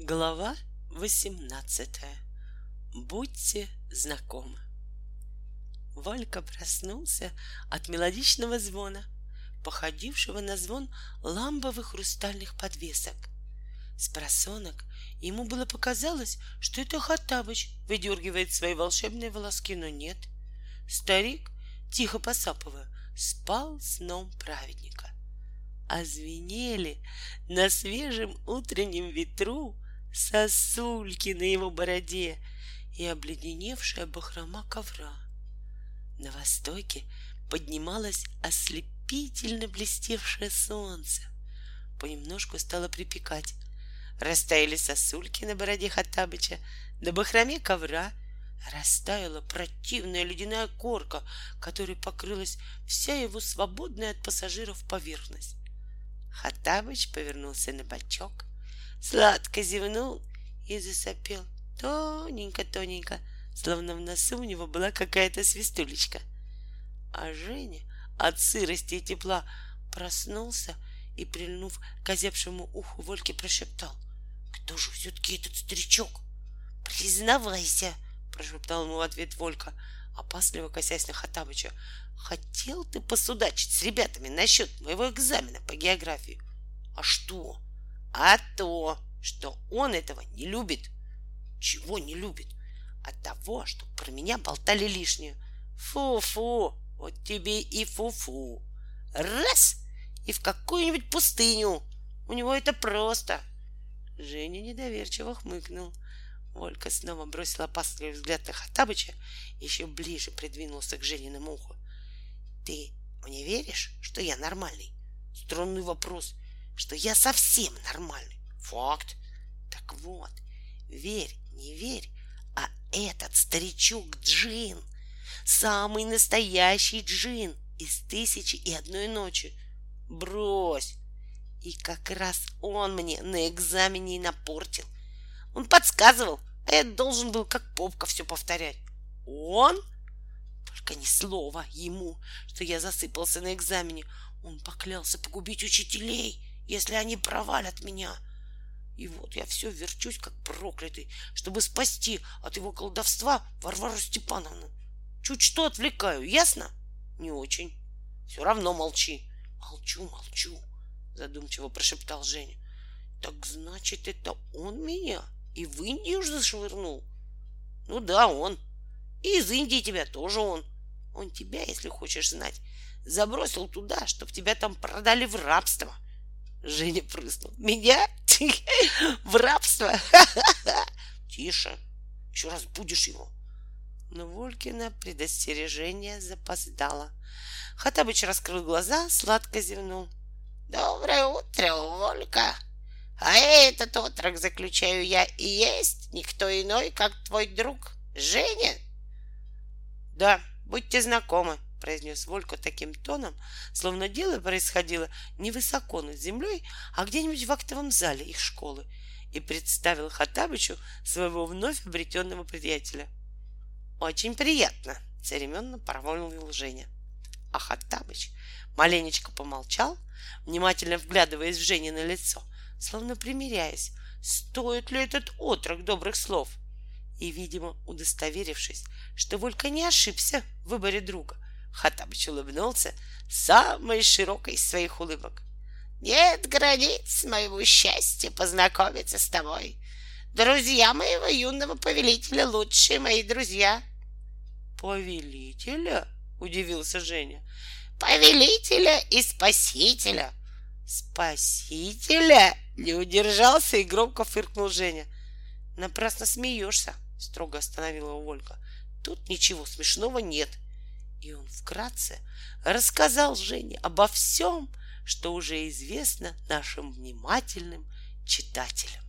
Глава 18. Будьте знакомы. Валька проснулся от мелодичного звона, походившего на звон ламповых хрустальных подвесок. Спросонок ему было показалось, что это Хоттабыч выдергивает свои волшебные волоски, но нет. Старик, тихо посапывая, спал сном праведника. А звенели на свежем утреннем ветру сосульки на его бороде и обледеневшая бахрома ковра. На востоке поднималось ослепительно блестевшее солнце. Понемножку стало припекать. Растаяли сосульки на бороде Хоттабыча, на бахроме ковра растаяла противная ледяная корка, которой покрылась вся его свободная от пассажиров поверхность. Хоттабыч повернулся на бочок, сладко зевнул и засопел тоненько-тоненько, словно в носу у него была какая-то свистулечка. А Женя от сырости и тепла проснулся и, прильнув к озябшему уху Вольке, прошептал: «Кто же все-таки этот старичок?» «Признавайся!» — прошептал ему в ответ Волька, опасливо косясь на Хоттабыча. «Хотел ты посудачить с ребятами насчет моего экзамена по географии?» «А что?» «А то, что он этого не любит». «Чего не любит?» «От того, что про меня болтали лишнее». «Фу-фу, вот тебе и фу-фу. Раз — и в какую-нибудь пустыню. У него это просто». Женя недоверчиво хмыкнул. Волька снова бросил опасливый взгляд на Хоттабыча и еще ближе придвинулся к Жениному уху. «Ты мне веришь, что я нормальный?» «Странный вопрос. Что я совсем нормальный?» «Факт». «Так вот, верь, не верь, а этот старичок Джин, самый настоящий Джин из «1001 ночи». Брось. И как раз он мне на экзамене и напортил. Он подсказывал, а я должен был как попка все повторять. Он? Только ни слова ему, что я засыпался на экзамене. Он поклялся погубить учителей, если они провалят меня. И вот я все верчусь, как проклятый, чтобы спасти от его колдовства Варвару Степановну. Чуть что отвлекаю, ясно? Не очень. Все равно молчи. Молчу, задумчиво прошептал Женя. Так значит, это он меня и в Индию же зашвырнул? Ну да, он. И из Индии тебя тоже он. Он тебя, если хочешь знать, забросил туда, чтоб тебя там продали в рабство. Женя прыснул. Меня? В рабство? Тише, еще раз будешь его. Но Волькино предостережение запоздало. Хоттабыч раскрыл глаза, сладко зевнул. Доброе утро, Волька. А этот отрок, заключаю я, и есть никто иной, как твой друг Женя? Да, будьте знакомы, произнес Волька таким тоном, словно дело происходило не высоко над землей, а где-нибудь в актовом зале их школы, и представил Хоттабычу своего вновь обретенного приятеля. Очень приятно, церемонно промолвил Женя. А Хоттабыч маленечко помолчал, внимательно вглядываясь в Женино лицо, словно примиряясь, стоит ли этот отрок добрых слов. И, видимо, удостоверившись, что Волька не ошибся в выборе друга, Хоттабыч улыбнулся самой широкой из своих улыбок. Нет границ моему счастью познакомиться с тобой. Друзья моего юного повелителя — лучшие мои друзья. Повелителя? Удивился Женя. Повелителя и спасителя. Спасителя? Не удержался и громко фыркнул Женя. Напрасно смеешься, строго остановила его Волька. Тут ничего смешного нет. И он вкратце рассказал Жене обо всем, что уже известно нашим внимательным читателям.